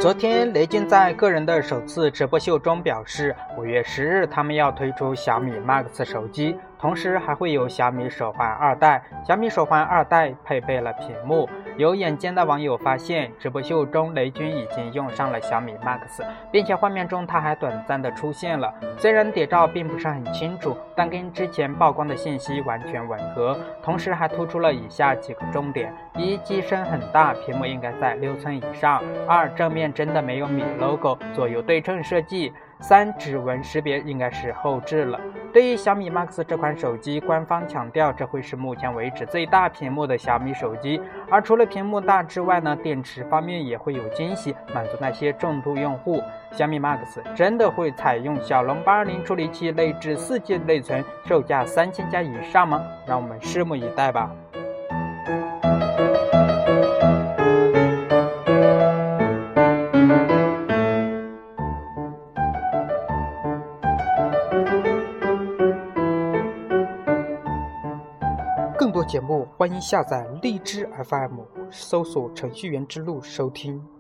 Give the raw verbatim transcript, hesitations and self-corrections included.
昨天雷军在个人的首次直播秀中表示，五月十日他们要推出小米 Max 手机，同时还会有小米手环二代。小米手环二代配备了屏幕。有眼尖的网友发现，直播秀中雷军已经用上了小米 Max， 并且画面中他还短暂的出现了。虽然谍照并不是很清楚，但跟之前曝光的信息完全吻合。同时还突出了以下几个重点：一、机身很大，屏幕应该在六寸以上；二、正面真的没有米 logo， 左右对称设计；三、指纹识别应该是后置了。对于小米 Max 这款手机，官方强调这会是目前为止最大屏幕的小米手机，而除了屏幕大之外呢，电池方面也会有惊喜，满足那些重度用户。小米 Max 真的会采用骁龙八二零处理器，内置 四 G 内存，售价三千加以上吗？让我们拭目以待吧。更多节目，欢迎下载荔枝 F M， 搜索程序员之路收听。